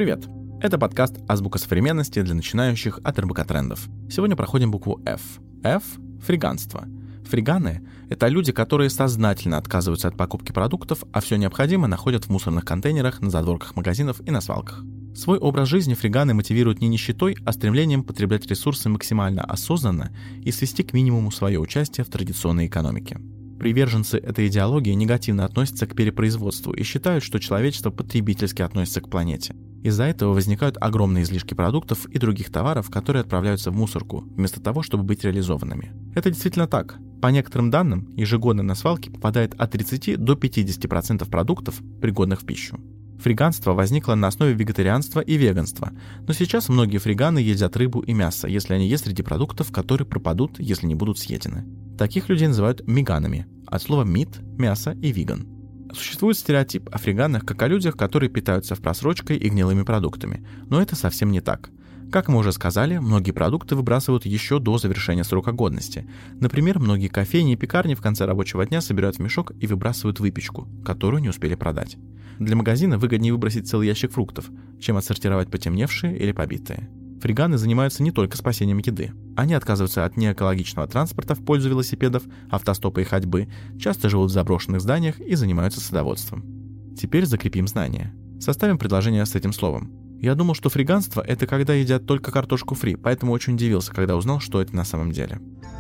Привет! Это подкаст «Азбука современности» для начинающих от РБК Трендов. Сегодня проходим букву F. F – фриганство. Фриганы – это люди, которые сознательно отказываются от покупки продуктов, а все необходимое находят в мусорных контейнерах, на задворках магазинов и на свалках. Свой образ жизни фриганы мотивируют не нищетой, а стремлением потреблять ресурсы максимально осознанно и свести к минимуму свое участие в традиционной экономике. Приверженцы этой идеологии негативно относятся к перепроизводству и считают, что человечество потребительски относится к планете. Из-за этого возникают огромные излишки продуктов и других товаров, которые отправляются в мусорку, вместо того, чтобы быть реализованными. Это действительно так. По некоторым данным, ежегодно на свалки попадает от 30 до 50% продуктов, пригодных в пищу. Фриганство возникло на основе вегетарианства и веганства, но сейчас многие фриганы едят рыбу и мясо, если они есть среди продуктов, которые пропадут, если не будут съедены. Таких людей называют миганами, от слова meat – мясо и виган. Существует стереотип о фриганах как о людях, которые питаются просрочкой и гнилыми продуктами, но это совсем не так. Как мы уже сказали, многие продукты выбрасывают еще до завершения срока годности. Например, многие кофейни и пекарни в конце рабочего дня собирают в мешок и выбрасывают выпечку, которую не успели продать. Для магазина выгоднее выбросить целый ящик фруктов, чем отсортировать потемневшие или побитые. Фриганы занимаются не только спасением еды. Они отказываются от неэкологичного транспорта в пользу велосипедов, автостопа и ходьбы, часто живут в заброшенных зданиях и занимаются садоводством. Теперь закрепим знания. Составим предложение с этим словом. Я думал, что фриганство – это когда едят только картошку фри, поэтому очень удивился, когда узнал, что это на самом деле.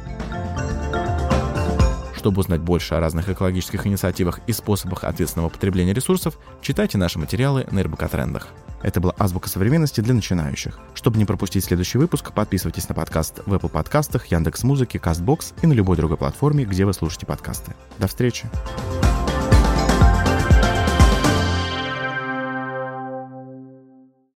Чтобы узнать больше о разных экологических инициативах и способах ответственного потребления ресурсов, читайте наши материалы на РБК Трендах. Это была «Азбука современности» для начинающих. Чтобы не пропустить следующий выпуск, подписывайтесь на подкаст в Apple подкастах, Яндекс.Музыке, Castbox и на любой другой платформе, где вы слушаете подкасты. До встречи!